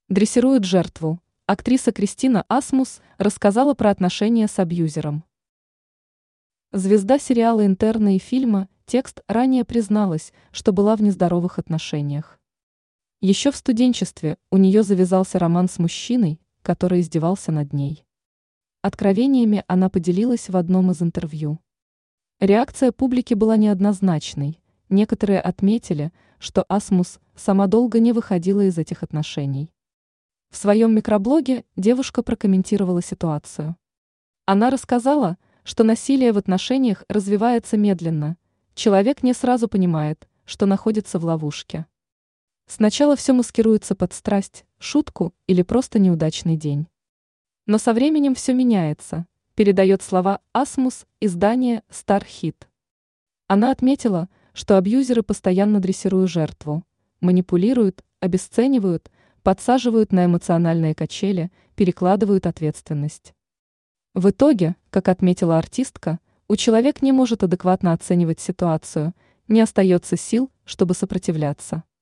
Дрессирует жертву. Актриса Кристина Асмус рассказала про отношения с абьюзером. Звезда сериала «Интерны» и фильма «Текст» ранее призналась, что была в нездоровых отношениях. Еще в студенчестве у нее завязался роман с мужчиной, который издевался над ней. Откровениями она поделилась в одном из интервью. Реакция публики была неоднозначной. Некоторые отметили, что Асмус сама долго не выходила из этих отношений. В своем микроблоге девушка прокомментировала ситуацию. Она рассказала, что насилие в отношениях развивается медленно, человек не сразу понимает, что находится в ловушке. Сначала все маскируется под страсть, шутку или просто неудачный день. Но со временем все меняется, передает слова Асмус издание Starhit. Она отметила, что абьюзеры постоянно дрессируют жертву, манипулируют, обесценивают, подсаживают на эмоциональные качели, перекладывают ответственность. В итоге, как отметила артистка, у человека не может адекватно оценивать ситуацию, не остается сил, чтобы сопротивляться.